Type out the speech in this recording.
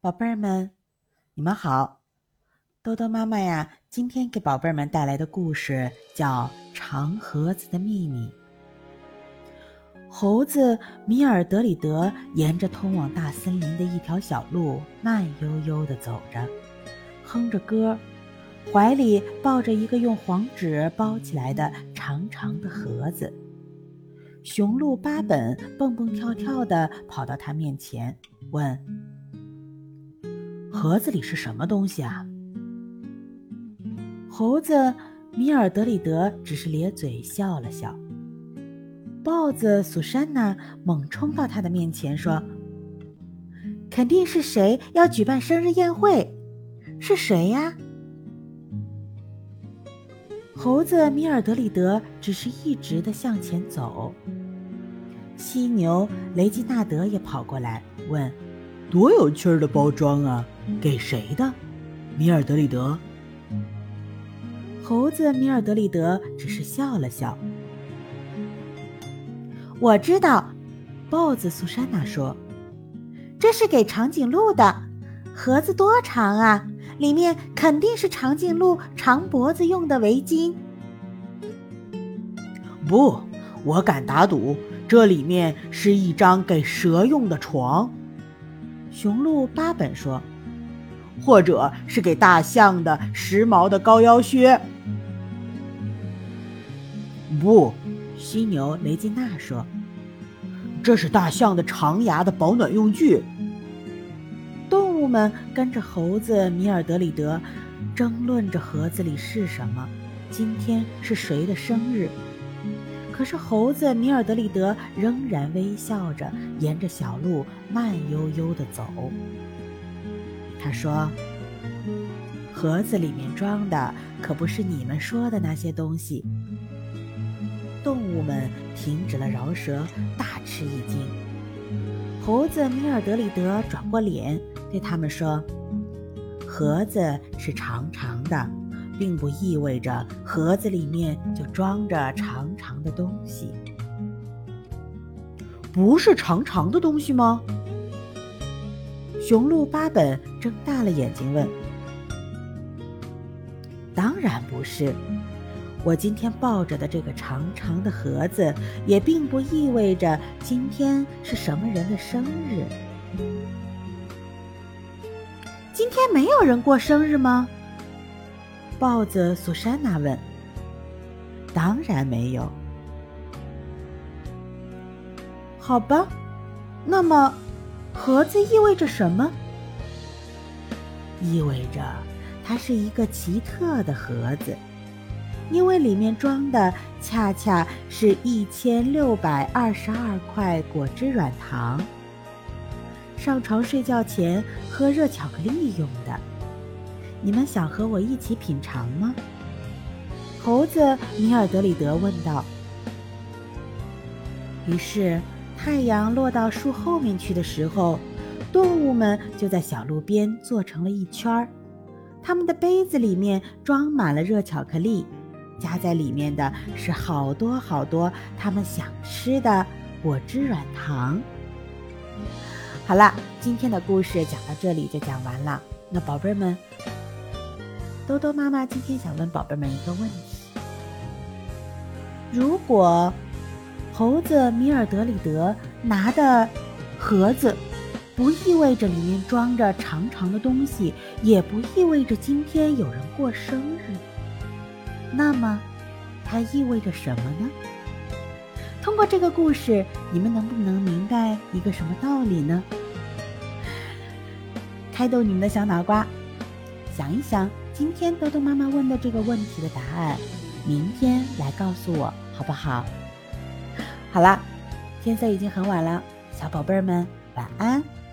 宝贝儿们，你们好。豆豆妈妈呀，今天给宝贝儿们带来的故事叫《长盒子的秘密》。猴子米尔德里德沿着通往大森林的一条小路慢悠悠地走着，哼着歌，怀里抱着一个用黄纸包起来的长长的盒子。雄鹿巴本蹦蹦跳跳地跑到他面前，问：盒子里是什么东西啊？猴子米尔德里德只是咧嘴笑了笑。豹子苏珊娜猛冲到他的面前说：肯定是谁要举办生日宴会，是谁呀？猴子米尔德里德只是一直地向前走。犀牛雷吉纳德也跑过来问：多有趣的包装啊，给谁的？米尔德里德。猴子米尔德里德只是笑了笑。我知道，豹子苏珊娜说，这是给长颈鹿的，盒子多长啊，里面肯定是长颈鹿长脖子用的围巾。不，我敢打赌，这里面是一张给蛇用的床。雄鹿巴本说，或者是给大象的时髦的高腰靴。不，犀牛雷吉娜说，这是大象的长牙的保暖用具。动物们跟着猴子米尔德里德争论着盒子里是什么，今天是谁的生日。可是猴子米尔德里德仍然微笑着沿着小路慢悠悠地走。他说，盒子里面装的可不是你们说的那些东西。动物们停止了饶舌，大吃一惊。猴子米尔德里德转过脸对他们说，盒子是长长的，并不意味着盒子里面就装着长长的东西。不是长长的东西吗？雄鹿巴本睁大了眼睛问。当然不是，我今天抱着的这个长长的盒子也并不意味着今天是什么人的生日。今天没有人过生日吗？豹子苏珊娜问。当然没有。好吧，那么盒子意味着什么？意味着它是一个奇特的盒子，因为里面装的恰恰是1622块果汁软糖，上床睡觉前喝热巧克力用的。你们想和我一起品尝吗？猴子米尔德里德问道。于是太阳落到树后面去的时候，动物们就在小路边坐成了一圈儿，他们的杯子里面装满了热巧克力，夹在里面的是好多好多他们想吃的果汁软糖。好了，今天的故事讲到这里就讲完了。那宝贝们，豆豆妈妈今天想问宝贝们一个问题：如果猴子米尔德里德拿的盒子不意味着里面装着长长的东西，也不意味着今天有人过生日，那么它意味着什么呢？通过这个故事，你们能不能明白一个什么道理呢？开动你们的小脑瓜，想一想今天豆豆妈妈问的这个问题的答案，明天来告诉我好不好？好啦，天色已经很晚了，小宝贝儿们晚安。